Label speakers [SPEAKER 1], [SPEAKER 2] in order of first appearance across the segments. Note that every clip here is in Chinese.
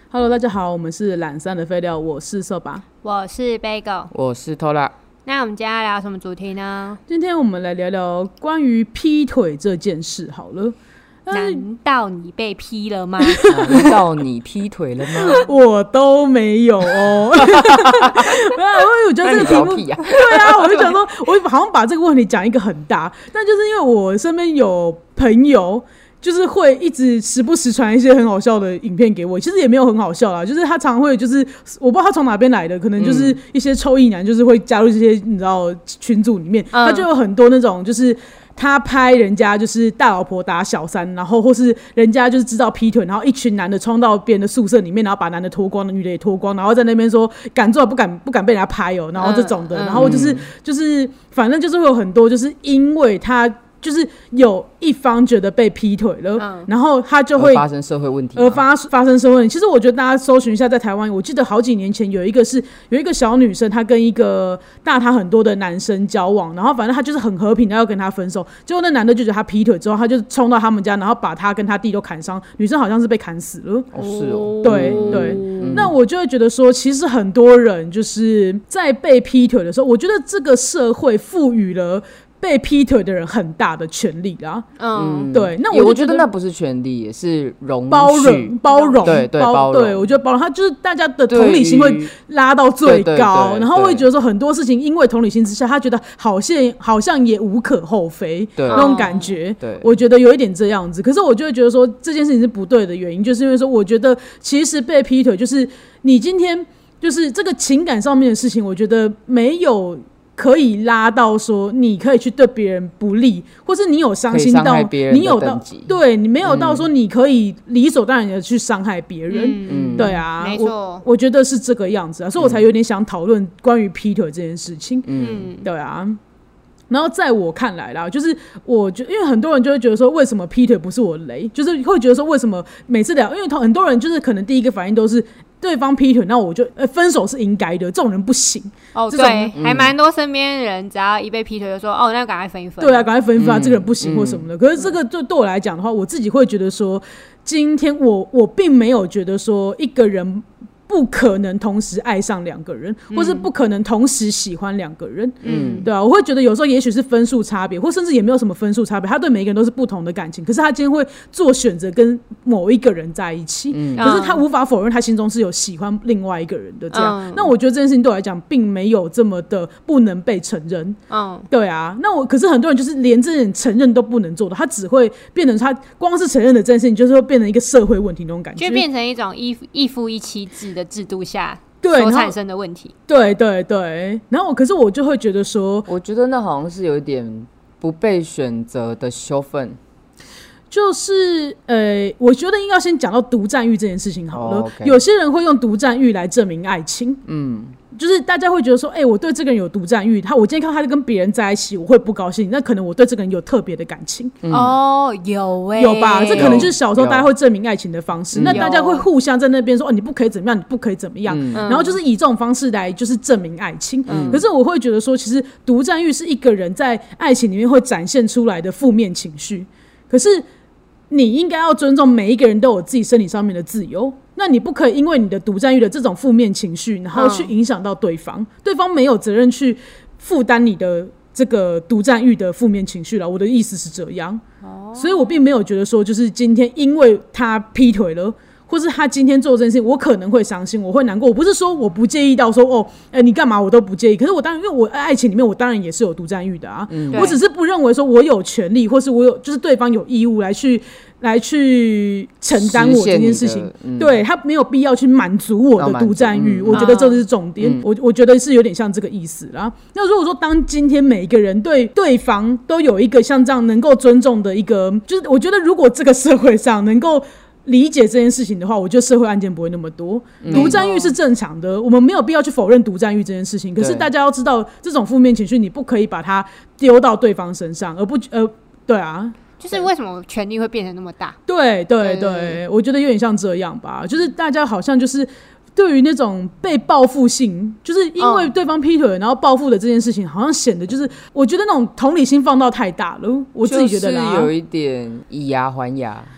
[SPEAKER 1] Hello， 大家好，我们是懒散的废料，我是色吧，
[SPEAKER 2] 我是 Bagel，
[SPEAKER 3] 我是偷拉。
[SPEAKER 2] 那我们今天要聊什么主题呢？
[SPEAKER 1] 今天我们来聊聊关于劈腿这件事好了。
[SPEAKER 2] 难道你被劈了吗？
[SPEAKER 3] 难道你劈腿了吗？
[SPEAKER 1] 我都没有哦。我觉得这个题目，对啊，我就想说，我好像把这个问题讲一个很大，但就是因为我身边有朋友。就是会一直时不时传一些很好笑的影片给我，其实也没有很好笑啦，就是他常会就是我不知道他从哪边来的，可能就是一些臭意男，就是会加入这些你知道群组里面，他就有很多那种就是他拍人家就是大老婆打小三，然后或是人家就是知道劈腿，然后一群男的冲到别人的宿舍里面，然后把男的脱光，女的也脱光，然后在那边说敢做不敢被人家拍哦，然后这种的，然后就是反正就是会有很多，就是因为他。就是有一方觉得被劈腿了，然后他就会
[SPEAKER 3] 发生社会问题，
[SPEAKER 1] 发生社会问题。其实我觉得大家搜寻一下，在台湾，我记得好几年前有一个小女生，她跟一个大她很多的男生交往，然后反正她就是很和平的要跟他分手，结果那男的就觉得他劈腿之后，他就冲到他们家，然后把他跟他弟都砍伤，女生好像是被砍死了。
[SPEAKER 3] 哦，是哦，
[SPEAKER 1] 对对。那我就会觉得说，其实很多人就是在被劈腿的时候，我觉得这个社会赋予了。被劈腿的人很大的权利啦，对，那
[SPEAKER 3] 我觉得那不是权利，也是
[SPEAKER 1] 包容，
[SPEAKER 3] 对，包容，
[SPEAKER 1] 对，我觉得包容，他就是大家的同理心会拉到最高，然后会觉得说很多事情因为同理心之下，他觉得好像也无可厚非，那种感觉，对，我觉得有一点这样子，可是我就会觉得说这件事情是不对的原因，就是因为说我觉得其实被劈腿就是你今天就是这个情感上面的事情，我觉得没有。可以拉到说，你可以去对别人不利，或是你有伤心到，你有到，对你没有到说你可以理所当然的去伤害别人，对啊，
[SPEAKER 2] 没错，
[SPEAKER 1] 我觉得是这个样子啊，所以我才有点想讨论关于劈腿这件事情，对啊。然后在我看来啦，就是因为很多人就会觉得说，为什么劈腿不是我的雷？就是会觉得说，为什么每次聊，因为很多人就是可能第一个反应都是对方劈腿，那我就分手是应该的，这种人不行。
[SPEAKER 2] 哦，对，还蛮多身边人只要一被劈腿就说，哦，那赶快分一分。
[SPEAKER 1] 对啊，赶快分一分啊，这个人不行或什么的。可是这个就对我来讲的话，我自己会觉得说，今天我并没有觉得说一个人。不可能同时爱上两个人，或是不可能同时喜欢两个人，对啊，我会觉得有时候也许是分数差别，或甚至也没有什么分数差别，他对每一个人都是不同的感情，可是他今天会做选择跟某一个人在一起，可是他无法否认他心中是有喜欢另外一个人的这样，那我觉得这件事情对我来讲并没有这么的不能被承认，对啊，可是很多人就是连这点承认都不能做的，他只会变成他光是承认的这件事情，就是会变成一个社会问题那种感觉，
[SPEAKER 2] 就变成一种一夫一妻制的制度下所产生的问题。
[SPEAKER 1] 对对对，然后可是我就会觉得说，
[SPEAKER 3] 我觉得那好像是有一点不被选择的羞愤。
[SPEAKER 1] 就是我觉得应该先讲到独占欲这件事情好了。有些人会用独占欲来证明爱情，就是大家会觉得说，我对这个人有独占欲，我今天看他跟别人在一起，我会不高兴，那可能我对这个人有特别的感情。有吧？这可能就是小时候大家会证明爱情的方式。那大家会互相在那边说，你不可以怎么样，你不可以怎么样，然后就是以这种方式来就是证明爱情。可是我会觉得说，其实独占欲是一个人在爱情里面会展现出来的负面情绪。可是你应该要尊重每一个人都有自己身体上面的自由，那你不可以因为你的独占欲的这种负面情绪，然后去影响到对方，对方没有责任去负担你的这个独占欲的负面情绪了。我的意思是这样，所以我并没有觉得说，就是今天因为他劈腿了。或是他今天做这件事情，我可能会伤心，我会难过。我不是说我不介意到说你干嘛我都不介意。可是我当然，因为我爱情里面，我当然也是有独占欲的啊。我只是不认为说我有权利，或是我有就是对方有义务来去承担我这件事情。对，他没有必要去满足我的独占欲。我觉得这是重点。我觉得是有点像这个意思啦。那如果说当今天每一个人对对方都有一个像这样能够尊重的一个，就是我觉得如果这个社会上能够。理解这件事情的话，我觉得社会案件不会那么多。独占欲是正常的，我们没有必要去否认独占欲这件事情。可是大家要知道，这种负面情绪你不可以把它丢到对方身上，对啊。
[SPEAKER 2] 就是为什么权力会变得那么大？
[SPEAKER 1] 对对 对，我觉得有点像这样吧。就是大家好像就是对于那种被报复性，就是因为对方劈腿然后报复的这件事情，好像显得就是我觉得那种同理心放到太大了。我自己觉得啦，
[SPEAKER 3] 就是有一点以牙还牙。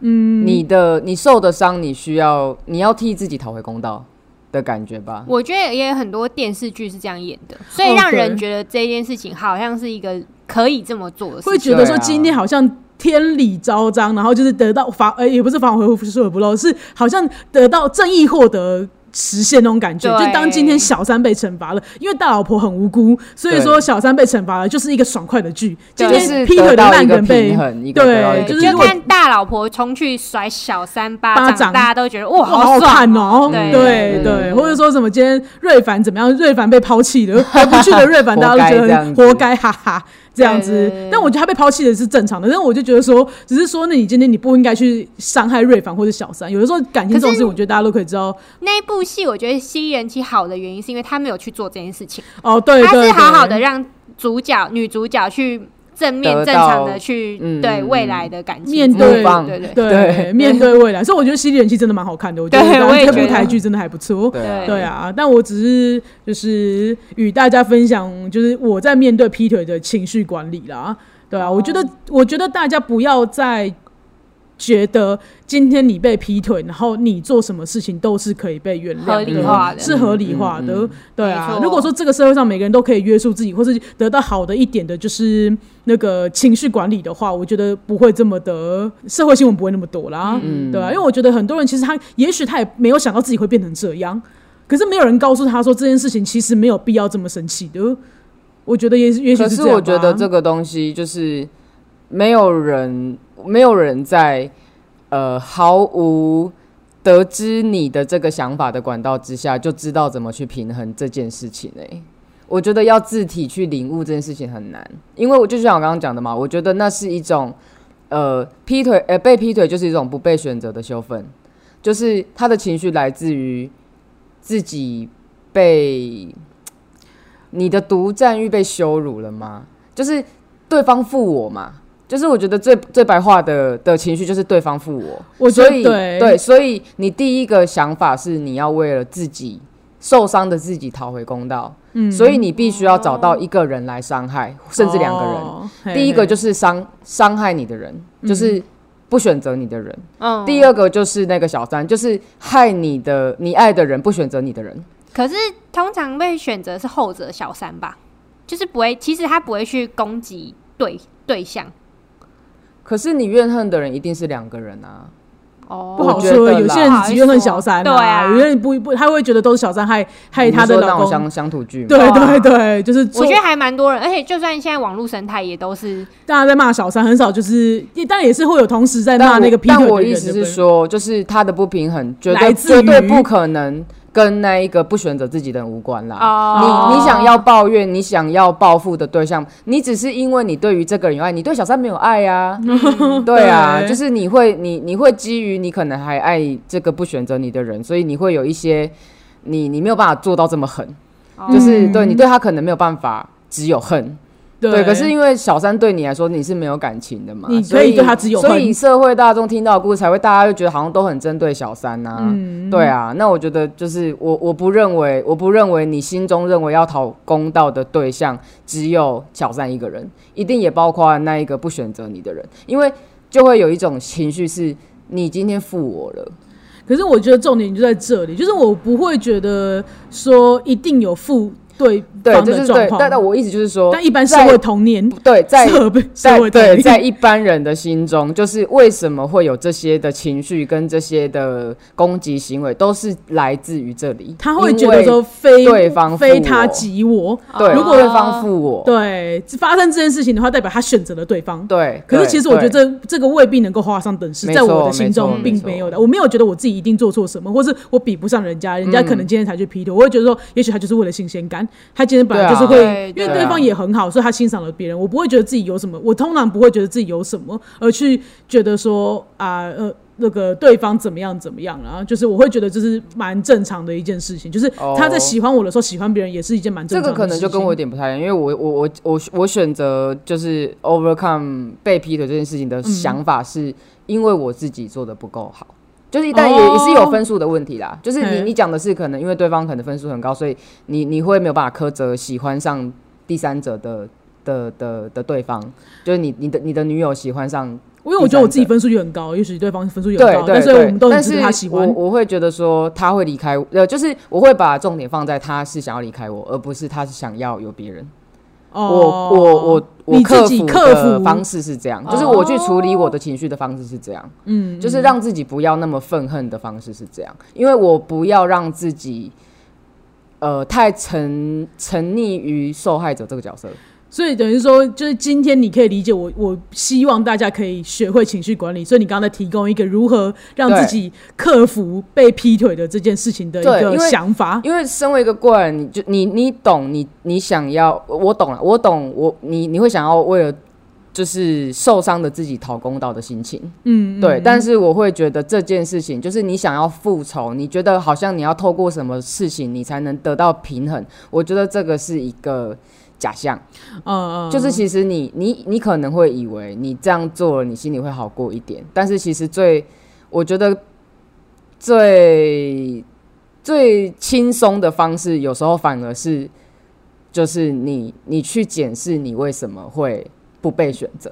[SPEAKER 3] 你受的伤，你要替自己讨回公道的感觉吧。
[SPEAKER 2] 我觉得也有很多电视剧是这样演的，所以让人觉得这件事情好像是一个可以这么做的事情，
[SPEAKER 1] 会觉得说今天好像天理昭彰，然后就是得到也不是法网恢复疏而不漏，是好像得到正义获得实现那种感觉。就当今天小三被惩罚了，因为大老婆很无辜，所以说小三被惩罚了，就是一个爽快的剧。今天劈腿的烂人被
[SPEAKER 3] 对，
[SPEAKER 2] 就看大老婆冲去甩小三巴掌，大家都觉得哇
[SPEAKER 1] 好
[SPEAKER 2] 爽
[SPEAKER 1] 看哦。对，或者说什么今天瑞凡怎么样，瑞凡被抛弃了，回不去的瑞凡大家都觉得很活该，哈哈。这样子，但我觉得他被抛弃的是正常的，但是我就觉得说，只是说，那你今天你不应该去伤害瑞凡或者小三。有的时候感情这种事情，我觉得大家都可以知道。
[SPEAKER 2] 那一部戏，我觉得吸人气好的原因，是因为他没有去做这件事情。
[SPEAKER 1] 哦，对，
[SPEAKER 2] 他是好好的让女主角去正面正常的去对未来的感情
[SPEAKER 1] 面对面对未来，所以我觉得吸人气真的蛮好看的。我觉得这部台剧真的还不错。对啊，但我只是就是与大家分享，就是我在面对劈腿的情绪管理啦。对啊，我觉得大家不要再觉得今天你被劈腿，然后你做什么事情都是可以被原谅的，
[SPEAKER 2] 合理化的，
[SPEAKER 1] 是合理化的。对啊，如果说这个社会上每个人都可以约束自己，或是得到好的一点的，就是那个情绪管理的话，我觉得不会这么的社会新闻不会那么多啦。对啊，因为我觉得很多人其实也许他也没有想到自己会变成这样，可是没有人告诉他说这件事情其实没有必要这么生气的。我觉得也许是这样吧。
[SPEAKER 3] 可是我觉得这个东西就是没有人在毫无得知你的这个想法的管道之下，就知道怎么去平衡这件事情。我觉得要自体去领悟这件事情很难，因为就像我刚刚讲的嘛，我觉得那是一种被劈腿就是一种不被选择的羞愤，就是他的情绪来自于自己你的独占欲被羞辱了吗？就是对方负我嘛。就是我觉得最白话的情绪就是对方负我，
[SPEAKER 1] 觉得对，
[SPEAKER 3] 所以你第一个想法是你要为了自己受伤的自己讨回公道，所以你必须要找到一个人来伤害，甚至两个人。第一个就是伤害你的人，就是不选择你的人；第二个就是那个小三，就是害你爱的人不选择你的人。
[SPEAKER 2] 可是通常被选择是后者小三吧，就是不会，其实他不会去攻击对象。可
[SPEAKER 3] 是你怨恨的人一定是两个人啊。
[SPEAKER 1] 不好说，有些人只怨恨小三啊，对啊，有些人不，他会觉得都是小三害他的老公。
[SPEAKER 3] 乡土剧，
[SPEAKER 1] 对，就是
[SPEAKER 2] 我觉得还蛮多人，而且就算现在网络生态也都是
[SPEAKER 1] 大家在骂小三，很少就是当然也是会有同时在骂那个劈腿的人。
[SPEAKER 3] 但我意思是说，就是他的不平衡绝对不可能跟那一个不选择自己的人无关啦。你想要抱怨，你想要报复的对象，你只是因为你对于这个人有爱，你对小三没有爱啊。对啊，就是你会基于你可能还爱这个不选择你的人，所以你会有一些你没有办法做到这么狠，就是对你对他可能没有办法只有恨。对，可是因为小三对你来说你是没有感情的嘛，
[SPEAKER 1] 你可以对他只有恨，
[SPEAKER 3] 所以社会大众听到的故事才会大家就觉得好像都很针对小三啊。对啊，那我觉得就是我不认为你心中认为要讨公道的对象只有小三一个人，一定也包括那一个不选择你的人，因为就会有一种情绪是你今天负我了。
[SPEAKER 1] 可是我觉得重点就在这里，就是我不会觉得说一定有负对方的状况，
[SPEAKER 3] 但我意思就是说，
[SPEAKER 1] 但一般社会童年，
[SPEAKER 3] 对，
[SPEAKER 1] 在
[SPEAKER 3] 在一般人的心中，就是为什么会有这些的情绪跟这些的攻击行为，都是来自于这里。
[SPEAKER 1] 他会觉得说
[SPEAKER 3] 对方
[SPEAKER 1] 非他即我，
[SPEAKER 3] 对，
[SPEAKER 1] 如果
[SPEAKER 3] 对方负我，
[SPEAKER 1] 对，发生这件事情的话，代表他选择了对方。
[SPEAKER 3] 对，
[SPEAKER 1] 可是其实我觉得这个未必能够画上等式，在我的心中并没有的。我没有觉得我自己一定做错什么，或是我比不上人家可能今天才去劈腿，我会觉得说，也许他就是为了新鲜感，他今天本来就是会，因为对方也很好，所以他欣赏了别人。我不会觉得自己有什么，我通常不会觉得自己有什么，而去觉得说那个对方怎么样啊，就是我会觉得这是蛮正常的一件事情，就是他在喜欢我的时候喜欢别人也是一件蛮正常的事情。
[SPEAKER 3] 这个可能就跟我有点不太一样，因为我选择就是 overcome 被劈腿这件事情的想法，是因为我自己做的不够好。就是但也是有分数的问题啦，就是你讲的是可能因为对方可能分数很高，所以你会没有办法苛责喜欢上第三者的对方，就是你的女友喜欢上
[SPEAKER 1] 因为我觉得我自己分数就很高，也许对方分数也很高，但所以我们都很值得他喜欢。
[SPEAKER 3] 我会觉得说他会离开我，就是我会把重点放在他是想要离开我，而不是他是想要有别人。我克服的方式是这样，就是我去处理我的情绪的方式是这样，就是让自己不要那么愤恨的方式是这样，因为我不要让自己太沉溺于受害者这个角色。
[SPEAKER 1] 所以等于说，就是今天你可以理解我希望大家可以学会情绪管理，所以你刚才提供一个如何让自己克服被劈腿的这件事情的一个想法。
[SPEAKER 3] 因为身为一个过来人，你懂，你想要，我懂了，我懂，你会想要为了就是受伤的自己讨公道的心情，对。但是我会觉得这件事情，就是你想要复仇，你觉得好像你要透过什么事情你才能得到平衡，我觉得这个是一个假象，就是其实你可能会以为你这样做了，你心里会好过一点，但是其实我觉得最轻松的方式，有时候反而是就是你去检视你为什么会不被选择，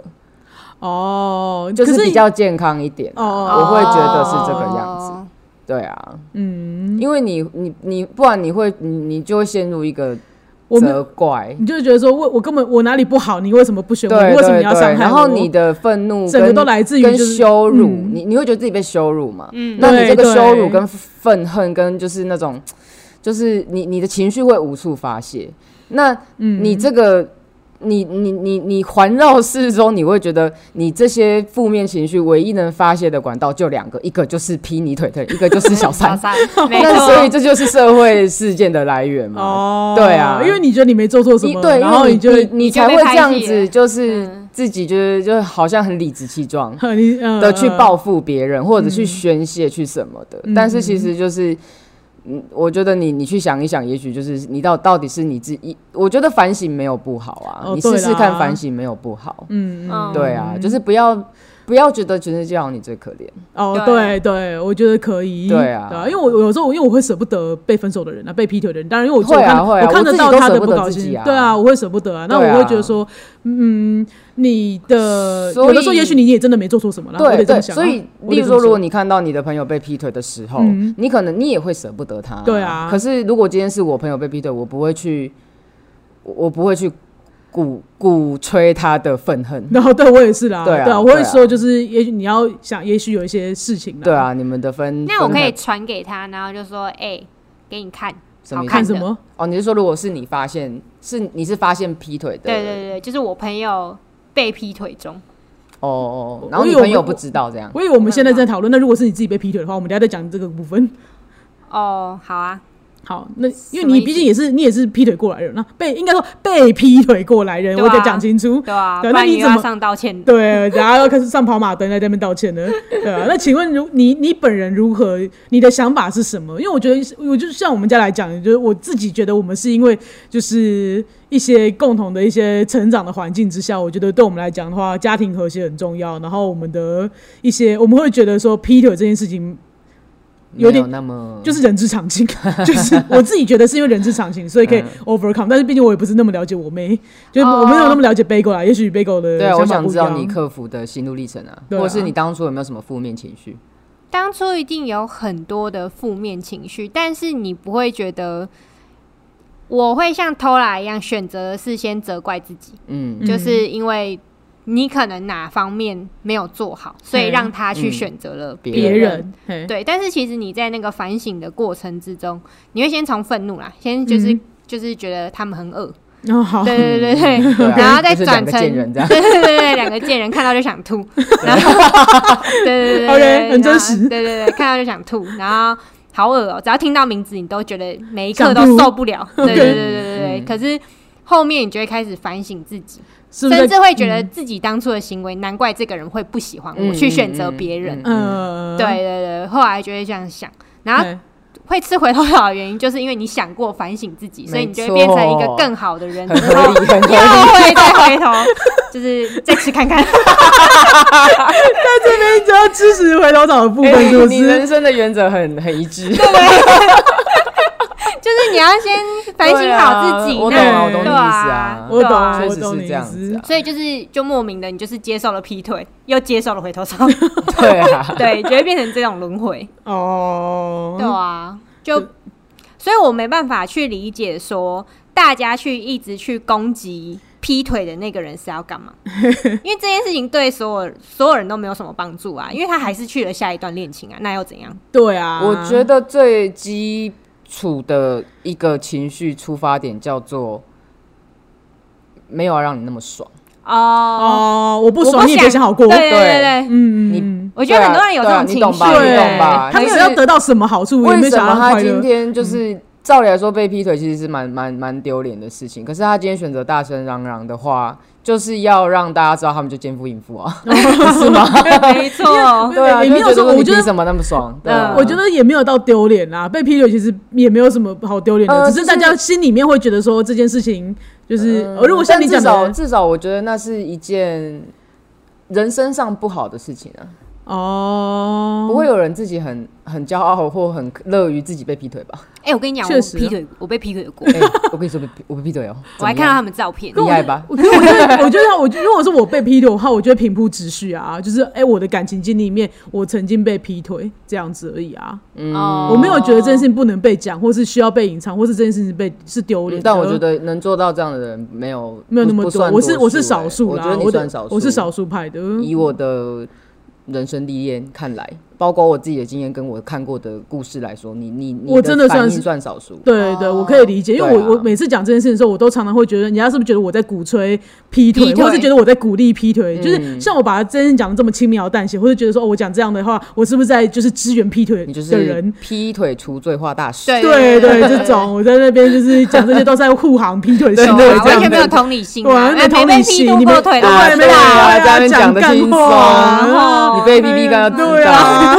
[SPEAKER 3] 就是比较健康一点，我会觉得是这个样子，对啊，因为你不然你就会陷入一个责怪，
[SPEAKER 1] 你就会觉得说我根本我哪里不好，你为什么不选我？你为什么你要伤害我？
[SPEAKER 3] 然后你的愤怒
[SPEAKER 1] 整个都来自于
[SPEAKER 3] 跟羞辱，你会觉得自己被羞辱嘛？那你这个羞辱跟愤恨跟就是那种，就是你的情绪会无处发泄。那你这个你环绕四周，你会觉得你这些负面情绪唯一能发泄的管道就两个，一个就是劈你腿的，一个就是小三。那所以这就是社会事件的来源嘛？对啊，
[SPEAKER 1] 因为你觉得你没做错什么，
[SPEAKER 3] 对，
[SPEAKER 1] 然后
[SPEAKER 3] 你才会这样子，就是自己就好像很理直气壮的去报复别人，或者去宣泄去什么的。但是其实就是。我觉得你去想一想，也许就是你到底是你自己。我觉得反省没有不好啊，你试试看反省没有不好。对啊，就是不要觉得全世界好像你最可怜。
[SPEAKER 1] 对，我觉得可以。
[SPEAKER 3] 对啊，
[SPEAKER 1] 因为我有时候因为我会舍不得被分手的人啊，被劈腿的人。当然，因为我看得到他的不高兴，对啊，我会舍不得啊。那我会觉得说，你的有的时候也许你也真的没做错什么，然后我得这么想。
[SPEAKER 3] 所以，例如说，如果你看到你的朋友被劈腿的时候，你可能你也会舍不得他。
[SPEAKER 1] 对啊。
[SPEAKER 3] 可是如果今天是我朋友被劈腿，我不会去鼓吹他的愤恨。
[SPEAKER 1] 然后对我也是啦，对啊，我会说就是也许你要想，也许有一些事情啦。
[SPEAKER 3] 对啊，你们的
[SPEAKER 2] 那我可以传给他，然后就说给你看。
[SPEAKER 1] 好看什么？
[SPEAKER 3] 你是说如果是你发现你是发现劈腿的？
[SPEAKER 2] 对，就是我朋友被劈腿中。
[SPEAKER 3] 然后你朋友不知道这样。
[SPEAKER 1] 我以为我们现在在讨论，那如果是你自己被劈腿的话，我们等一下再讲这个部分。
[SPEAKER 2] 好啊。
[SPEAKER 1] 好，那因为你毕竟你也是劈腿过来人，那应该说被劈腿过来人，我得讲清楚。
[SPEAKER 2] 对啊，那你怎么上道歉？
[SPEAKER 1] 对，然后要开始上跑马灯在那边道歉了。对啊，那请问你本人如何？你的想法是什么？因为我觉得，我就像我们家来讲，就是我自己觉得我们是因为就是一些共同的一些成长的环境之下，我觉得对我们来讲的话，家庭和谐很重要。然后我们的一些我们会觉得说劈腿这件事情。有点
[SPEAKER 3] 那么
[SPEAKER 1] 就是人之常情，就是我自己觉得是因为人之常情，所以可以 overcome。但是毕竟我也不是那么了解我妹，就是我没有那么了解 Bagel 啦。也许 Bagel 的
[SPEAKER 3] 对啊，我想知道你克服的心路历程啊，或者是你当初有没有什么负面情绪？
[SPEAKER 2] 当初一定有很多的负面情绪，但是你不会觉得我会像Tola一样选择的是先责怪自己，就是因为。你可能哪方面没有做好，所以让他去选择了别人。对，但是其实你在那个反省的过程之中，你会先从愤怒啦，先就是觉得他们很恶。对，然后再转成对，两个贱人看到就想吐，然后对
[SPEAKER 1] ，OK， 很真实。
[SPEAKER 2] 对，看到就想吐，然后好恶只要听到名字，你都觉得每一刻都受不了。对，可是后面你就会开始反省自己。甚至会觉得自己当初的行为，难怪这个人会不喜欢我，去选择别人。对，后来就会这样想，然后会吃回头草的原因，就是因为你想过反省自己，所以你就会变成一个更好的人，
[SPEAKER 3] 很合理，
[SPEAKER 2] 又会再回头，就是再吃看看。
[SPEAKER 1] 在这边就要支持回头草的部分，是不是？
[SPEAKER 3] 你人生的原则很一致。
[SPEAKER 2] 对，就就是你要先反省好自己。
[SPEAKER 3] 我懂啊，我懂你意思啊，
[SPEAKER 1] 我懂，
[SPEAKER 3] 确实是这样子啊。
[SPEAKER 2] 所以就莫名的，你就是接受了劈腿，又接受了回头草。
[SPEAKER 3] 对啊，
[SPEAKER 2] 对，就会变成这种轮回。
[SPEAKER 1] 哦，
[SPEAKER 2] 对啊，所以我没办法去理解说大家一直去攻击劈腿的那个人是要干嘛？因为这件事情对所有人都没有什么帮助啊，因为他还是去了下一段恋情啊，那又怎样？
[SPEAKER 1] 对啊，
[SPEAKER 3] 我觉得最基础的一个情绪出发点叫做没有要让你那么爽。
[SPEAKER 1] 我不爽，你也别想好过。
[SPEAKER 2] 对，我觉得很多人有这种情绪，
[SPEAKER 3] 你懂吧？
[SPEAKER 1] 他没有要得到什么好处，
[SPEAKER 3] 为什么他今天就是照理来说被劈腿其实是蛮丢脸的事情，可是他今天选择大声嚷嚷的话，就是要让大家知道他们就奸夫淫妇啊，是吗？
[SPEAKER 2] 没错，
[SPEAKER 3] 对啊，
[SPEAKER 1] 也没有说，
[SPEAKER 3] 你凭什么那么爽？
[SPEAKER 1] 我觉得也没有到丢脸啦，被劈腿其实也没有什么好丢脸的，只是大家心里面会觉得说这件事情就是，如果像你讲的，
[SPEAKER 3] 至少我觉得那是一件人生上不好的事情啊。不会有人自己很骄傲或很乐于自己被劈腿吧？
[SPEAKER 2] 我跟你讲，我被劈腿过。
[SPEAKER 3] 我跟你说，我被劈腿哦，
[SPEAKER 2] 我还看到他们照片，
[SPEAKER 3] 厉害吧？
[SPEAKER 1] 我觉得，如果是我被劈腿的话，我就会平铺直叙啊，就是我的感情经历里面，我曾经被劈腿这样子而已啊。我没有觉得这件事情不能被讲，或是需要被隐藏，或是这件事情是丢脸。
[SPEAKER 3] 但我觉得能做到这样的人没有
[SPEAKER 1] 那么多，我是少数啦，
[SPEAKER 3] 我觉得你算少数，
[SPEAKER 1] 我是少数派的。
[SPEAKER 3] 以我的人生历练看来，包括我自己的经验跟我看过的故事来说，你
[SPEAKER 1] 我真的
[SPEAKER 3] 算少数。
[SPEAKER 1] 对，我可以理解，因为我每次讲这件事情的时候，我都常常会觉得，人家是不是觉得我在鼓吹劈腿，或是觉得我在鼓励劈腿？就是像我把这件事讲的这么轻描淡写，或者觉得说我讲这样的话，我是不是在就是支援劈腿的人？
[SPEAKER 3] 你就是劈腿除罪化大使。
[SPEAKER 1] 对，这种我在那边就是讲这些都在护航劈腿行为，
[SPEAKER 2] 完全没有同理心，
[SPEAKER 1] 完全同理心，
[SPEAKER 2] 你们腿
[SPEAKER 1] 对，没有在那边讲的轻松，
[SPEAKER 3] 你被 BB 刚刚
[SPEAKER 1] 对啊。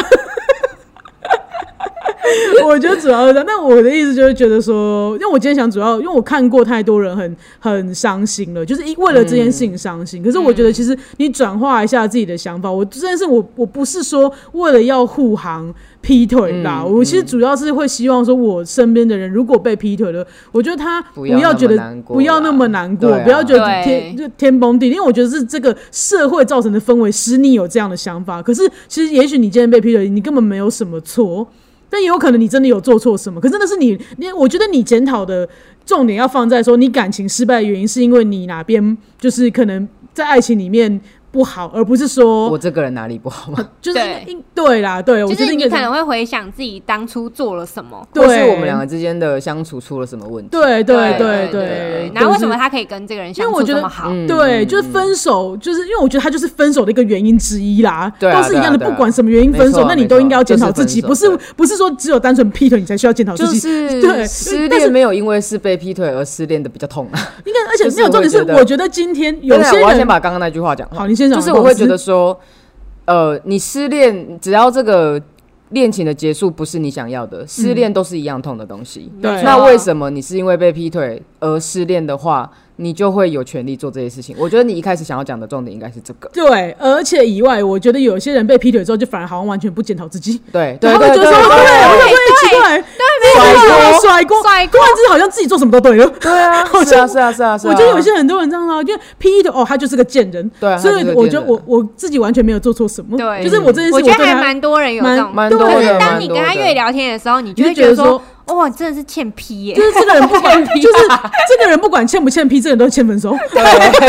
[SPEAKER 1] 我觉得主要是这样，但我的意思就是觉得说，因为我今天想主要，因为我看过太多人很伤心了，就是为了这件事情伤心。可是我觉得其实你转化一下自己的想法，我这件事我不是说为了要护航劈腿啦，我其实主要是会希望说，我身边的人如果被劈腿了，我觉得他不要觉得不要那么难过，不要觉得天崩地裂，因为我觉得是这个社会造成的氛围使你有这样的想法。可是其实也许你今天被劈腿，你根本没有什么错。但也有可能你真的有做错什么，可是那是我觉得你检讨的重点要放在说，你感情失败的原因是因为你哪边就是可能在爱情里面不好，而不是说
[SPEAKER 3] 我这个人哪里不好吗？
[SPEAKER 1] 就是对啦，对，我觉得
[SPEAKER 2] 你可能会回想自己当初做了什么，
[SPEAKER 3] 或是我们两个之间的相处出了什么问题。
[SPEAKER 1] 对。
[SPEAKER 2] 然后为什么他可以跟这个人相处这么好？
[SPEAKER 1] 对，就是分手，就是因为我觉得他就是分手的一个原因之一啦，
[SPEAKER 3] 都
[SPEAKER 1] 是一样的，不管什么原因分手，那你都应该要检讨自己，不是说只有单纯劈腿你才需要检讨自己。
[SPEAKER 3] 就是失恋没有因为是被劈腿而失恋的比较痛啊。
[SPEAKER 1] 应该，而且没有重点是，我觉得今天有些人，
[SPEAKER 3] 我要先把刚刚那句话讲
[SPEAKER 1] 好，你先讲。
[SPEAKER 3] 就是我会觉得说，你失恋，只要这个恋情的结束不是你想要的，失恋都是一样痛的东西。那为什么你是因为被劈腿而失恋的话，你就会有权利做这些事情？我觉得你一开始想要讲的重点应该是这个。
[SPEAKER 1] 对，而且以外，我觉得有些人被劈腿之后，就反而好像完全不检讨自己。
[SPEAKER 3] 对，
[SPEAKER 1] 然后就说对，我就说奇怪，甩锅，突然之间好像自己做什么都对了。
[SPEAKER 3] 对啊，是啊。
[SPEAKER 1] 我觉得有些很多人这样啊，就劈腿他就是个贱人。
[SPEAKER 3] 对，
[SPEAKER 1] 所以我觉得我自己完全没有做错什么。
[SPEAKER 2] 对，
[SPEAKER 1] 就是我这件事，
[SPEAKER 2] 我觉得还蛮多人有这种，
[SPEAKER 3] 蛮多的。
[SPEAKER 2] 可是当你跟他越聊天的时候，你就会觉得说，哇，真的是欠劈耶！
[SPEAKER 1] 就是这个人不管，就是这个人不管欠不欠劈，这个人都欠分手。
[SPEAKER 3] 对，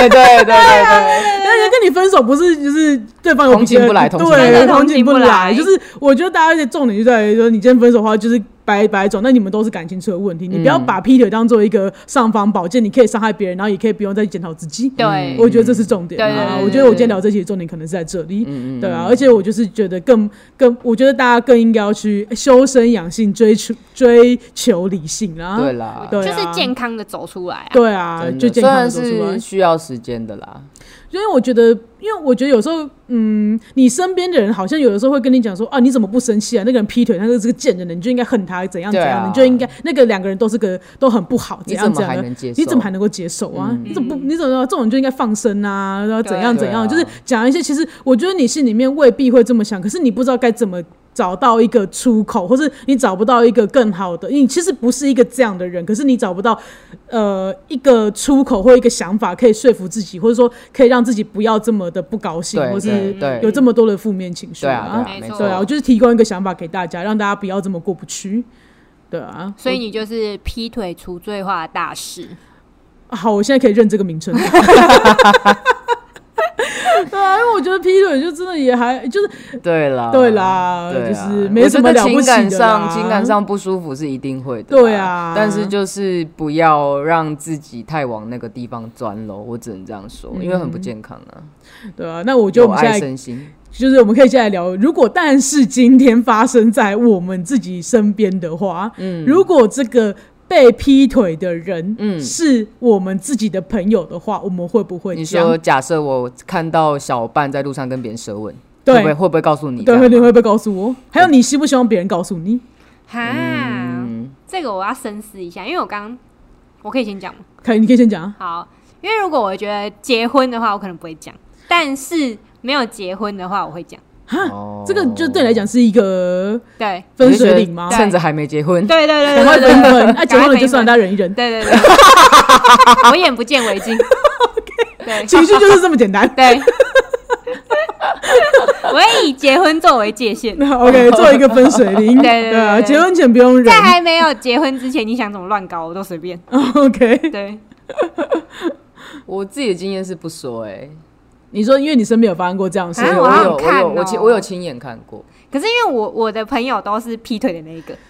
[SPEAKER 1] 那跟你分手不是就是对方有
[SPEAKER 3] 同情不来，
[SPEAKER 1] 对，同情不来。就是我觉得大家的重点就在于说，你今天分手的话，就是白种，那你们都是感情出了问题。你不要把劈腿当做一个尚方宝剑，你可以伤害别人，然后也可以不用再检讨自己。
[SPEAKER 2] 对，
[SPEAKER 1] 我觉得这是重点啊。我觉得我今天聊这期的重点可能是在这里。对啊，而且我就是觉得我觉得大家更应该要去修身养性，追求理性啊。
[SPEAKER 3] 对啦，
[SPEAKER 2] 就是健康的走出来啊。
[SPEAKER 1] 对啊，就健康的走出来，
[SPEAKER 3] 虽然是需要时间的啦。
[SPEAKER 1] 因为我觉得有时候，你身边的人好像有的时候会跟你讲说，啊，你怎么不生气啊？那个人劈腿，他是个贱人，你就应该恨他，怎样怎样，你就应该那个两个人都很不好，怎样怎样的，你怎么还能够接受啊？你怎么这种人就应该放生啊？然后怎样怎样，就是讲一些其实我觉得你心里面未必会这么想，可是你不知道该怎么找到一个出口，或是你找不到一个更好的，你其实不是一个这样的人，可是你找不到一个出口或一个想法可以说服自己，或者说可以让自己不要这么的不高兴，或是有这么多的负面情绪啊。对啊，我就是提供一个想法给大家，让大家不要这么过不去。对啊，
[SPEAKER 2] 所以你就是劈腿除罪化的大使。
[SPEAKER 1] 好，我现在可以认这个名称。对啊，因为我觉得劈腿就真的也还就是对啦，就是没什么了不起的啦。
[SPEAKER 3] 情感上不舒服是一定会的，
[SPEAKER 1] 对啊。
[SPEAKER 3] 但是就是不要让自己太往那个地方钻咯，我只能这样说，因为很不健康啊。
[SPEAKER 1] 对啊，那我觉得我们现在
[SPEAKER 3] 有爱身心，
[SPEAKER 1] 就是我们可以现在聊，如果但是今天发生在我们自己身边的话，如果这个被劈腿的人是我们自己的朋友的话，我们会不会这样？
[SPEAKER 3] 你说假设我看到小伴在路上跟别人舌吻，
[SPEAKER 1] 对，
[SPEAKER 3] 会不会告诉你？
[SPEAKER 1] 对，你会不会告诉我？还有你希不希望别人告诉你？
[SPEAKER 2] 这个我要深思一下，因为我可以先讲吗？
[SPEAKER 1] 你可以先讲。
[SPEAKER 2] 好，因为如果我觉得结婚的话，我可能不会讲，但是没有结婚的话，我会讲。
[SPEAKER 1] 这个就对你来讲是一个
[SPEAKER 2] 对
[SPEAKER 1] 分水岭吗？
[SPEAKER 3] 趁着还没结婚，
[SPEAKER 2] 对，
[SPEAKER 1] 赶快分分，结婚了就算大家忍一忍。
[SPEAKER 2] 对，我眼不见为净。对，
[SPEAKER 1] 情绪就是这么简单。
[SPEAKER 2] 对，我会以结婚作为界限。
[SPEAKER 1] OK， 做一个分水岭。
[SPEAKER 2] 对啊，
[SPEAKER 1] 结婚前不用忍，
[SPEAKER 2] 在还没有结婚之前，你想怎么乱搞我都随便。
[SPEAKER 1] OK，
[SPEAKER 2] 对。
[SPEAKER 3] 我自己的经验是不说
[SPEAKER 1] 你说因为你身边有发生过这样的事，
[SPEAKER 3] 我有亲眼看过。
[SPEAKER 2] 可是因为我的朋友都是劈腿的那一个，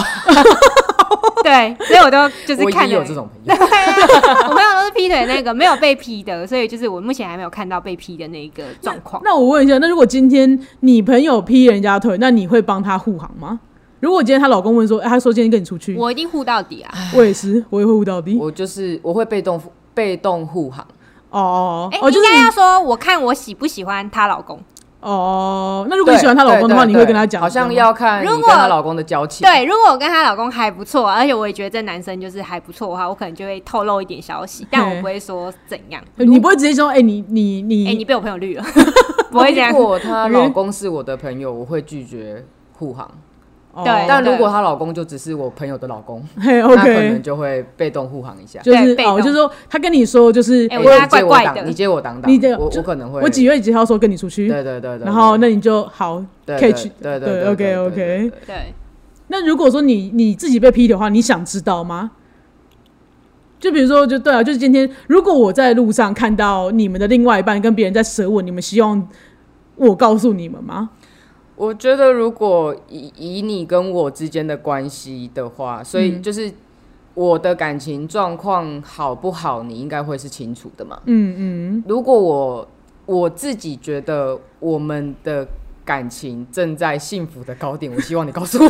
[SPEAKER 2] 对，所以我就是看
[SPEAKER 3] 我也有这种朋友，
[SPEAKER 2] 我朋友都是劈腿的那个，没有被劈的，所以就是我目前还没有看到被劈的那个状况。
[SPEAKER 1] 那我问一下，那如果今天你朋友劈人家腿，那你会帮他护航吗？如果今天她老公问说，他说今天跟你出去，
[SPEAKER 2] 我一定护到底啊！
[SPEAKER 1] 我也是，我也会护到底。
[SPEAKER 3] 我会被动护航。
[SPEAKER 2] 应该要说，我看我喜不喜欢她老公。
[SPEAKER 1] 那如果你喜欢她老公的话，你会跟她讲？
[SPEAKER 3] 好像要看你跟她老公的交情。
[SPEAKER 2] 对，如果我跟她老公还不错，而且我也觉得这男生就是还不错的话，我可能就会透露一点消息，但我不会说怎样。
[SPEAKER 1] 你不会直接说，你
[SPEAKER 2] 被我朋友绿了，不会这样。
[SPEAKER 3] 如果她老公是我的朋友，我会拒绝护航。
[SPEAKER 2] 对，
[SPEAKER 3] 但如果她老公就只是我朋友的老公，
[SPEAKER 1] 那
[SPEAKER 3] 可能就会被动护航一下。
[SPEAKER 1] 就是就是说他跟你说，就是
[SPEAKER 2] 我觉得怪怪的，
[SPEAKER 3] 你接我挡，我可能会，
[SPEAKER 1] 我几月几号说跟你出去，
[SPEAKER 3] 对，
[SPEAKER 1] 然后那你就好 catch，
[SPEAKER 3] 对
[SPEAKER 1] ，OK，
[SPEAKER 2] 对。
[SPEAKER 1] 那如果说你自己被劈的话，你想知道吗？就比如说，就是今天如果我在路上看到你们的另外一半跟别人在舌吻，你们希望我告诉你们吗？
[SPEAKER 3] 我觉得如果以你跟我之间的关系的话，所以就是我的感情状况好不好，你应该会是清楚的嘛。如果我自己觉得我们的感情正在幸福的高点，我希望你告诉我。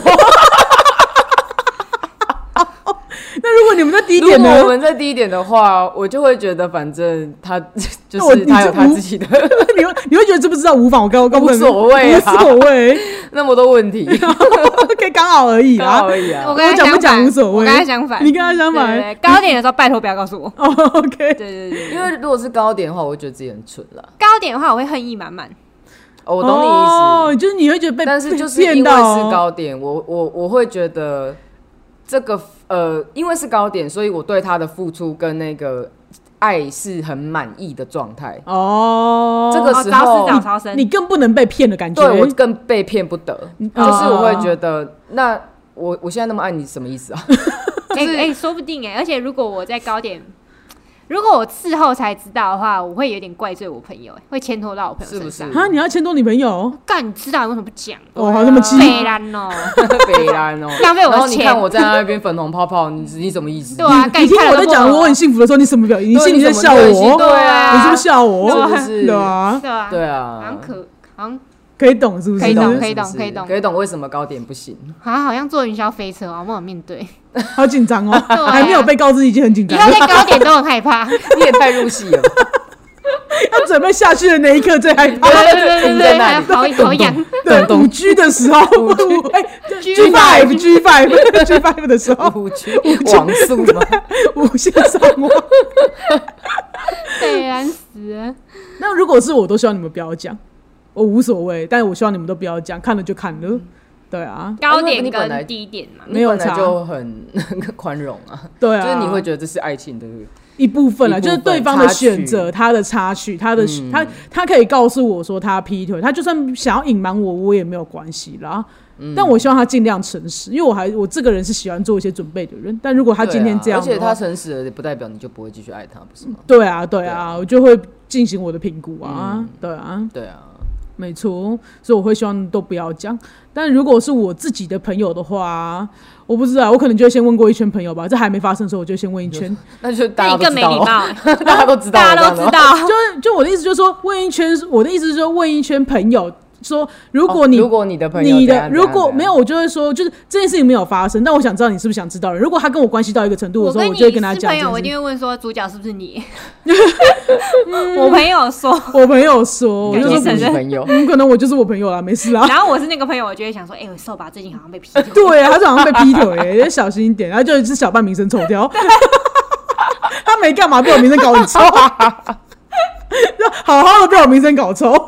[SPEAKER 1] 那如果你们在低点呢？
[SPEAKER 3] 如果我们在低点的话，我就会觉得反正他就是他有他自己的，
[SPEAKER 1] 你会觉得知不知道无妨，我告
[SPEAKER 3] 无所谓啊，
[SPEAKER 1] 无所谓，
[SPEAKER 3] 那么多问题
[SPEAKER 1] ，OK， 刚好而已啦，
[SPEAKER 2] 我讲不讲无所谓，我跟他相反，
[SPEAKER 1] 你跟他相反，
[SPEAKER 2] 对，高点的时候拜托不要告诉我。
[SPEAKER 1] OK，
[SPEAKER 2] 对，
[SPEAKER 3] 因为如果是高点的话，我会觉得自己很蠢啦。
[SPEAKER 2] 高点的话，我会恨意满满。
[SPEAKER 3] 我懂你意思，
[SPEAKER 1] 就是你会觉得被，
[SPEAKER 3] 但是就是因为是高点，我会觉得。这个因为是高点，所以我对他的付出跟那个爱是很满意的状态。这个时候
[SPEAKER 1] 你更不能被骗的感觉。
[SPEAKER 3] 对，我更被骗不得，就是我会觉得，那我现在那么爱你，什么意思啊？
[SPEAKER 2] 说不定而且如果我在高点。如果我事后才知道的话，我会有点怪罪我朋友，会牵拖到我朋友身上。
[SPEAKER 1] 是不是？你要牵拖你朋友？
[SPEAKER 2] 干，你知道你为什么不讲？
[SPEAKER 1] 好那么气，
[SPEAKER 2] 北兰哦，浪费我的钱。
[SPEAKER 3] 然后你看我在那边粉红泡泡，你什么意思？
[SPEAKER 2] 对啊，
[SPEAKER 1] 你听我在讲我很幸福的时候，你什么表情？你心里在笑我？
[SPEAKER 3] 对啊，
[SPEAKER 1] 你是不是笑我？
[SPEAKER 3] 是不是？
[SPEAKER 1] 对啊，
[SPEAKER 3] 对啊，
[SPEAKER 2] 好像
[SPEAKER 1] 可以懂，是不是？
[SPEAKER 2] 可以懂
[SPEAKER 3] 为什么高点不行？
[SPEAKER 2] 好像坐云霄飞车啊，我有面对。
[SPEAKER 1] 好紧张哦，还没有被告知已经很紧张。
[SPEAKER 2] 以后在高点都很害怕，
[SPEAKER 3] 你也太入戏了吧。
[SPEAKER 1] 要准备下去的那一刻最害怕，
[SPEAKER 2] 对，好痒。
[SPEAKER 1] 对，5G 的时候，G5 的时候
[SPEAKER 3] ，5G 网速吗？
[SPEAKER 1] 无线上网，
[SPEAKER 2] 被人死了。
[SPEAKER 1] 那如果是我，都希望你们不要讲，我无所谓，但是我希望你们都不要讲，看了就看了。 对啊，
[SPEAKER 2] 高点跟低点嘛，
[SPEAKER 3] 没有差，就很宽容啊。
[SPEAKER 1] 对啊，
[SPEAKER 3] 就是你会觉得这是爱情的
[SPEAKER 1] 一部分啦，就是对方的选择，他的插曲，他可以告诉我说他劈腿，他就算想要隐瞒我也没有关系啦。但我希望他尽量诚实，因为我这个人是喜欢做一些准备的人。但如果他今天这样，
[SPEAKER 3] 而且他诚实了，不代表你就不会继续爱他，不是吗？
[SPEAKER 1] 对啊，我就会进行我的评估啊。对啊，没错，所以我会希望都不要讲。但如果是我自己的朋友的话，我不知道，我可能就会先问过一圈朋友吧。这还没发生的时候，我就先问一圈。
[SPEAKER 3] 那就大家都知道了，
[SPEAKER 2] 你更没礼貌，
[SPEAKER 3] 大家都知道，
[SPEAKER 2] 大家都知道。
[SPEAKER 1] 就我的意思就是说，问一圈，我的意思是说问一圈朋友。说如果你
[SPEAKER 3] 的朋友
[SPEAKER 1] 如果没有，我就会说，就是这件事情没有发生，但我想知道你是不是想知道人。如果他跟我关系到一个程度的时候，我就会跟他讲。
[SPEAKER 2] 朋友，我一定会问说，主角是不是你？我朋友说，
[SPEAKER 3] 我就说不是朋友，
[SPEAKER 1] 可能我就是我朋友啦，没事啦。
[SPEAKER 2] 然后我是那个朋友，我就会想说，我瘦吧，最近好像被劈腿。
[SPEAKER 1] 对啊，他就好像被劈腿，要小心一点。然后就是小半名声臭掉，他没干嘛，被我名声搞很臭，好好的被我名声搞臭。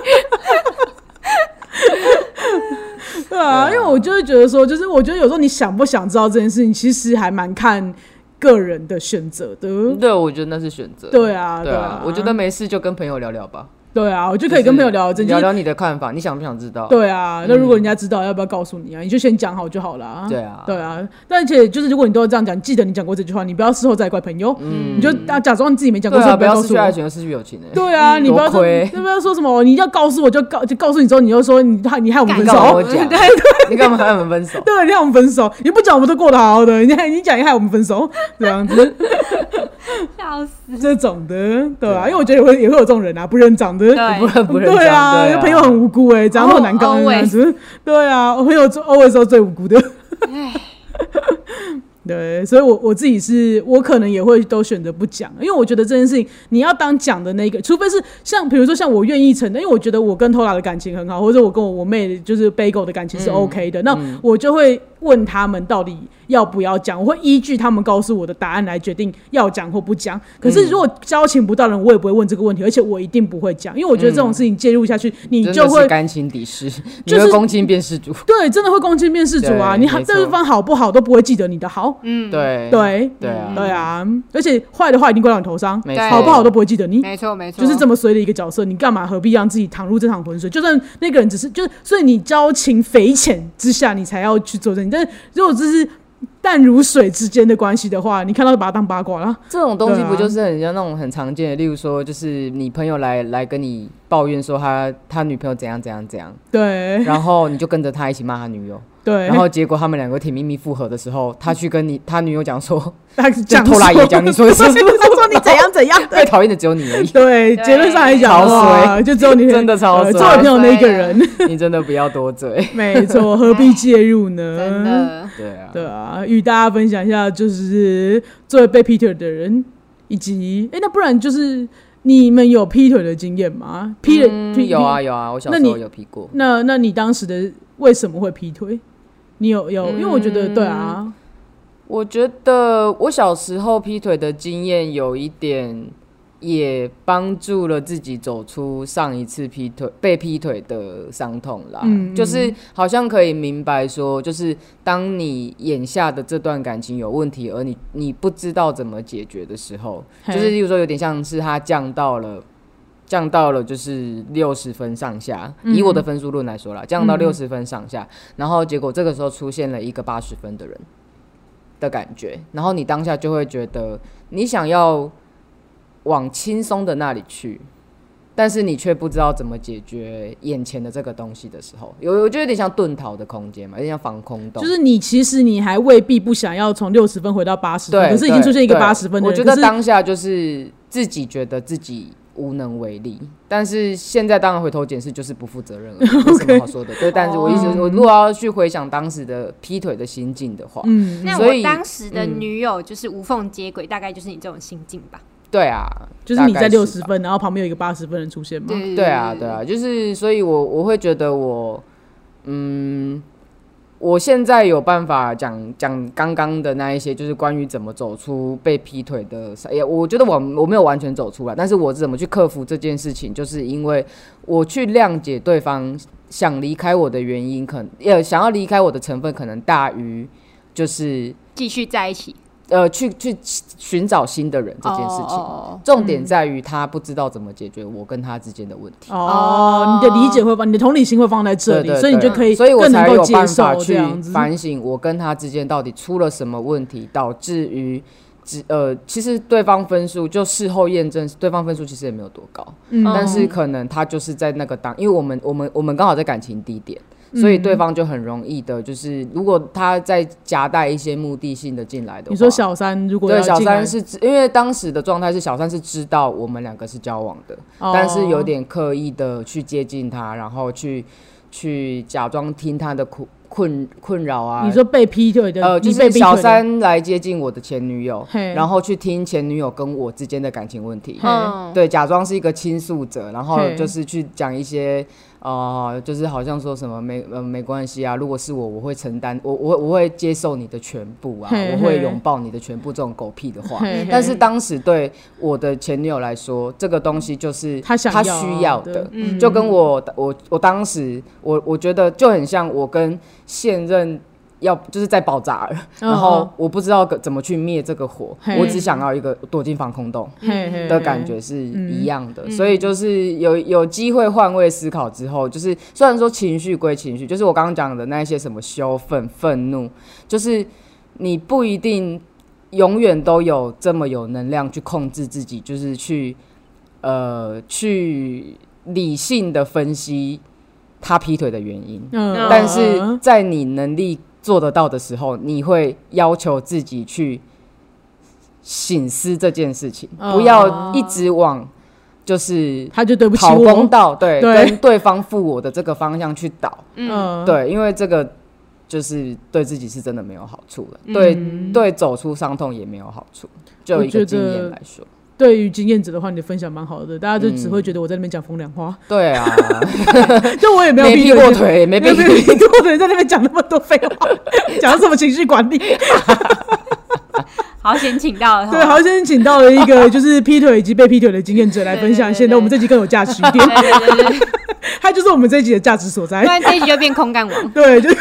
[SPEAKER 1] 对啊，因为我就会觉得说，就是我觉得有时候你想不想知道这件事情，其实还蛮看个人的选择的。
[SPEAKER 3] 对，我觉得那是选择。
[SPEAKER 1] 对啊，
[SPEAKER 3] 我觉得没事就跟朋友聊聊吧。
[SPEAKER 1] 对啊，我就可以跟朋友聊
[SPEAKER 3] 聊你的看法，你想不想知道？
[SPEAKER 1] 对啊，那如果人家知道，要不要告诉你啊？你就先讲好就好了。
[SPEAKER 3] 对啊，
[SPEAKER 1] 对啊。但而且就是，如果你都这样讲，记得你讲过这句话，你不要事后再怪朋友。你就假装你自己没讲过，
[SPEAKER 3] 不要失去爱情，失去友情。
[SPEAKER 1] 对啊，你不要说什么，你要告诉我就告诉你之后，你就说你害我们分手。
[SPEAKER 3] 我讲，对，你干嘛害我们分手？
[SPEAKER 1] 对，你害我们分手，你不讲我们都过得好好的，你讲害我们分手，这样子。
[SPEAKER 2] 笑死，
[SPEAKER 1] 这种的，对啊，因为我觉得也会有这种人啊，不认长的，
[SPEAKER 3] 不认
[SPEAKER 1] 对啊，朋友很无辜怎样都很难搞这样子，对啊，我朋友 always 都最无辜的，对，所以我自己我可能也会都选择不讲，因为我觉得这件事情你要当讲的那个，除非是比如说像我愿意承认，因为我觉得我跟Tola的感情很好，或者我跟我妹就是 Bagel 的感情是 OK 的，那我就会问他们到底要不要讲，我会依据他们告诉我的答案来决定要讲或不讲。可是如果交情不到的人，我也不会问这个问题，而且我一定不会讲，因为我觉得这种事情介入下去，你就会
[SPEAKER 3] 干亲敌视，你会公亲变事主。
[SPEAKER 1] 对，真的会公亲变事主啊！你对方好不好都不会记得你的好。对啊，而且坏的话一定怪到你头上，好不好都不会记得你。
[SPEAKER 2] 没错，
[SPEAKER 1] 就是这么随的一个角色，你干嘛何必让自己淌入这场浑水？就算那个人所以你交情匪浅之下，你才要去做这。但如果这是淡如水之间的关系的话，你看到就把它当八卦了。
[SPEAKER 3] 这种东西不就是很像那种很常见的，例如说，就是你朋友来跟你抱怨说他女朋友怎样怎样怎样，
[SPEAKER 1] 对，
[SPEAKER 3] 然后你就跟着他一起骂他女友，
[SPEAKER 1] 对，
[SPEAKER 3] 然后结果他们两个甜蜜蜜复合的时候，他去跟他女友讲说，
[SPEAKER 1] 讲
[SPEAKER 3] 偷拉也讲你说的是，他
[SPEAKER 1] 说你怎样怎样，
[SPEAKER 3] 最讨厌的只有你而已。
[SPEAKER 1] 对，结论上来讲，超衰，就只有你
[SPEAKER 3] 真的超衰，
[SPEAKER 1] 作为朋友那一个人，
[SPEAKER 3] 你真的不要多嘴。
[SPEAKER 1] 没错，何必介入呢？
[SPEAKER 2] 真的，
[SPEAKER 3] 对啊，
[SPEAKER 1] 与大家分享一下，就是作为被劈腿的人，以及那不然就是你们有劈腿的经验吗？
[SPEAKER 3] 有啊，我小时候有劈过。
[SPEAKER 1] 那你当时的为什么会劈腿？你有，因为我觉得对啊，
[SPEAKER 3] 我觉得我小时候劈腿的经验有一点，也帮助了自己走出上一次被劈腿的伤痛啦。就是好像可以明白说，就是当你眼下的这段感情有问题，而你不知道怎么解决的时候，就是例如说有点像是他降到了就是60分上下，以我的分数论来说啦，降到60分上下，然后结果这个时候出现了一个80分的人的感觉，然后你当下就会觉得你想要往轻松的那里去，但是你却不知道怎么解决眼前的这个东西的时候，我觉得有点像遁逃的空间嘛，有点像防空洞，
[SPEAKER 1] 就是其实你还未必不想要从60分回到80分，可是已经出现一个80分的人，
[SPEAKER 3] 我觉得当下就是自己觉得自己无能为力，但是现在当然回头检视就是不负责任了，没什么好说的。对，但是我意思是，我如果要去回想当时的劈腿的心境的话，
[SPEAKER 2] 那我当时的女友就是无缝接轨，大概就是你这种心境吧。
[SPEAKER 3] 对啊，
[SPEAKER 1] 就是你在60分，然后旁边有一个80分人出现吗？
[SPEAKER 3] 对啊，就是所以我会觉得我现在有办法讲刚刚的那一些，就是关于怎么走出被劈腿的，我觉得我没有完全走出来，但是我怎么去克服这件事情，就是因为我去谅解对方想离开我的原因，想要离开我的成分可能大于就是
[SPEAKER 2] 继续在一起。
[SPEAKER 3] 去寻找新的人这件事情，重点在于他不知道怎么解决我跟他之间的问题。
[SPEAKER 1] 你的理解会你的同理心会放在这里，
[SPEAKER 3] 对对对，
[SPEAKER 1] 所以你就可以
[SPEAKER 3] 所以我
[SPEAKER 1] 更能
[SPEAKER 3] 才有
[SPEAKER 1] 够接受
[SPEAKER 3] 办法去
[SPEAKER 1] 这样子
[SPEAKER 3] 反省我跟他之间到底出了什么问题，导致于其实对方分数就事后验证，对方分数其实也没有多高，但是可能他就是在那个因为我们刚好在感情低点。所以对方就很容易的，就是如果他再夹带一些目的性的进来的话，
[SPEAKER 1] 你说小三如果要进来，
[SPEAKER 3] 对，小三是因为当时的状态是小三是知道我们两个是交往的，但是有点刻意的去接近他，然后去假装听他的困扰啊。
[SPEAKER 1] 你说被劈腿的，
[SPEAKER 3] 就是小三来接近我的前女友，然后去听前女友跟我之间的感情问题，对，假装是一个倾诉者，然后就是去讲一些。就是好像说什么没关系啊，如果是我会承担，我会接受你的全部啊，我会拥抱你的全部，这种狗屁的话。但是当时对我的前女友来说，这个东西就是他需要的，就跟我当时我觉得就很像我跟现任。就是在爆炸了，然后我不知道怎么去灭这个火，我只想要一个躲进防空洞的感觉是一样的，所以就是有机会换位思考之后，就是虽然说情绪归情绪，就是我刚刚讲的那些什么羞愤、愤怒，就是你不一定永远都有这么有能量去控制自己，就是去理性的分析他劈腿的原因，但是在你能力做得到的时候，你会要求自己去省思这件事情，不要一直往就是
[SPEAKER 1] 他就对不起我
[SPEAKER 3] 讨公道，对，跟对方负我的这个方向去导，对，因为这个就是对自己是真的没有好处了，对走出伤痛也没有好处，就一个经验来说。
[SPEAKER 1] 对于经验者的话，你的分享蛮好的，大家就只会觉得我在那边讲风凉话。
[SPEAKER 3] 对啊，
[SPEAKER 1] 就我也没有
[SPEAKER 3] 劈过腿，没劈
[SPEAKER 1] 过腿，在那边讲那么多废话，讲什么情绪管理？
[SPEAKER 2] 好险请到了，
[SPEAKER 1] 对，好险请到了一个就是劈腿以及被劈腿的经验者来分享，显得我们这集更有价值一点。对，他就是我们这一集的价值所在。不
[SPEAKER 2] 然这一集就变空干王。
[SPEAKER 1] 对，就是。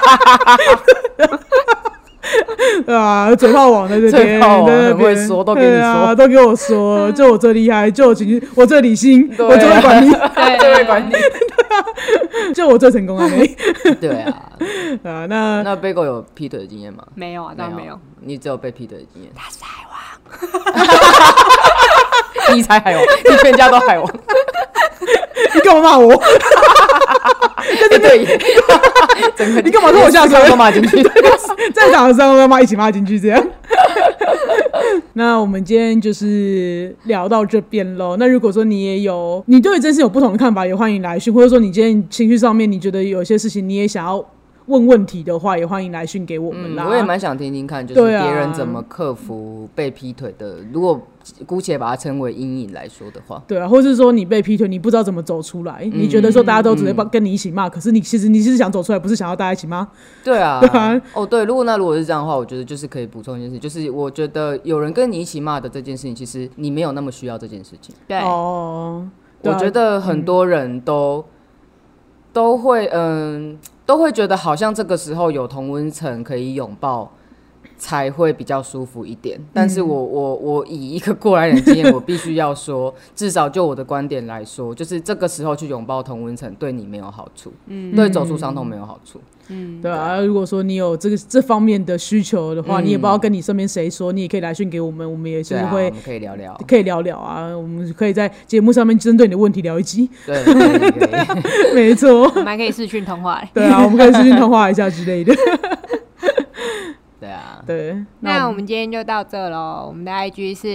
[SPEAKER 1] 嘴炮王在这边，
[SPEAKER 3] 很会说，都给你说，
[SPEAKER 1] 都给我说，就我最厉害，就我情绪，我最理性，我最会管理，
[SPEAKER 3] 最会管理，对
[SPEAKER 1] 啊，就我最成功啊！
[SPEAKER 3] 对啊，那贝狗有劈腿的经验吗？
[SPEAKER 2] 没有啊，当然没有，
[SPEAKER 3] 你只有被劈腿的经验。
[SPEAKER 2] 他是海王，
[SPEAKER 3] 你才海王，你全家都海王，
[SPEAKER 1] 你干嘛骂我？
[SPEAKER 3] 对耶，
[SPEAKER 1] 你干嘛跟我下车
[SPEAKER 3] 都骂进去？
[SPEAKER 1] 在场的时候一起骂进去这样。那我们今天就是聊到这边咯。那如果说你对这件事有不同的看法，也欢迎来讯，或者说你今天情绪上面你觉得有些事情你也想要问题的话，也欢迎来讯给我们啦。
[SPEAKER 3] 我也蛮想听听看，就是别人怎么克服被劈腿的。如果姑且把它称为阴影来说的话，
[SPEAKER 1] 对啊，或是说你被劈腿，你不知道怎么走出来，你觉得说大家都只会跟你一起骂，可是你其实是想走出来，不是想要大家一起骂。
[SPEAKER 3] 对啊，对，如果是这样的话，我觉得就是可以补充一件事，就是我觉得有人跟你一起骂的这件事情，其实你没有那么需要这件事情。
[SPEAKER 2] 对
[SPEAKER 3] 我觉得很多人都会觉得好像这个时候有同温层可以拥抱才会比较舒服一点，但是我以一个过来人经验，我必须要说，至少就我的观点来说，就是这个时候去拥抱同温层对你没有好处，对走出伤痛没有好处。
[SPEAKER 1] 对啊，如果说你有这方面的需求的话，你也不知道跟你身边谁说，你也可以来讯给我们，我们也是会，
[SPEAKER 3] 我们可以聊聊
[SPEAKER 1] 啊，我们可以在节目上面针对你的问题聊一集。
[SPEAKER 3] 对，可
[SPEAKER 1] 以没错，
[SPEAKER 2] 我们还可以视讯通话。
[SPEAKER 1] 对啊，我们可以视讯通话一下之类的。
[SPEAKER 3] 对啊，
[SPEAKER 1] 对，
[SPEAKER 2] 那我们今天就到这咯。我们的 IG 是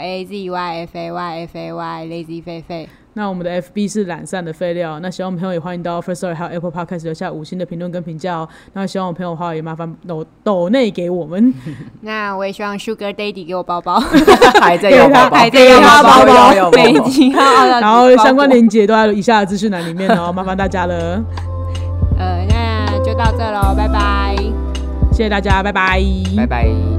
[SPEAKER 2] LAZYFAYFAY Lazy 狒狒。
[SPEAKER 1] 那我们的 FB 是懒散的废料。那喜欢我们朋友也欢迎到 Firstory 还有 Apple Podcast 留下5星的评论跟评价哦。那喜欢我朋友的话也麻烦抖内给我们。
[SPEAKER 2] 那我也希望 Sugar Daddy 给我包包，
[SPEAKER 3] 还在要包包，
[SPEAKER 2] 每集
[SPEAKER 1] 然后相关链接都在以下的资讯栏里面哦，麻烦大家了。
[SPEAKER 2] 那就到到这喽，拜拜，
[SPEAKER 1] 谢谢大家，拜拜，
[SPEAKER 3] 拜拜。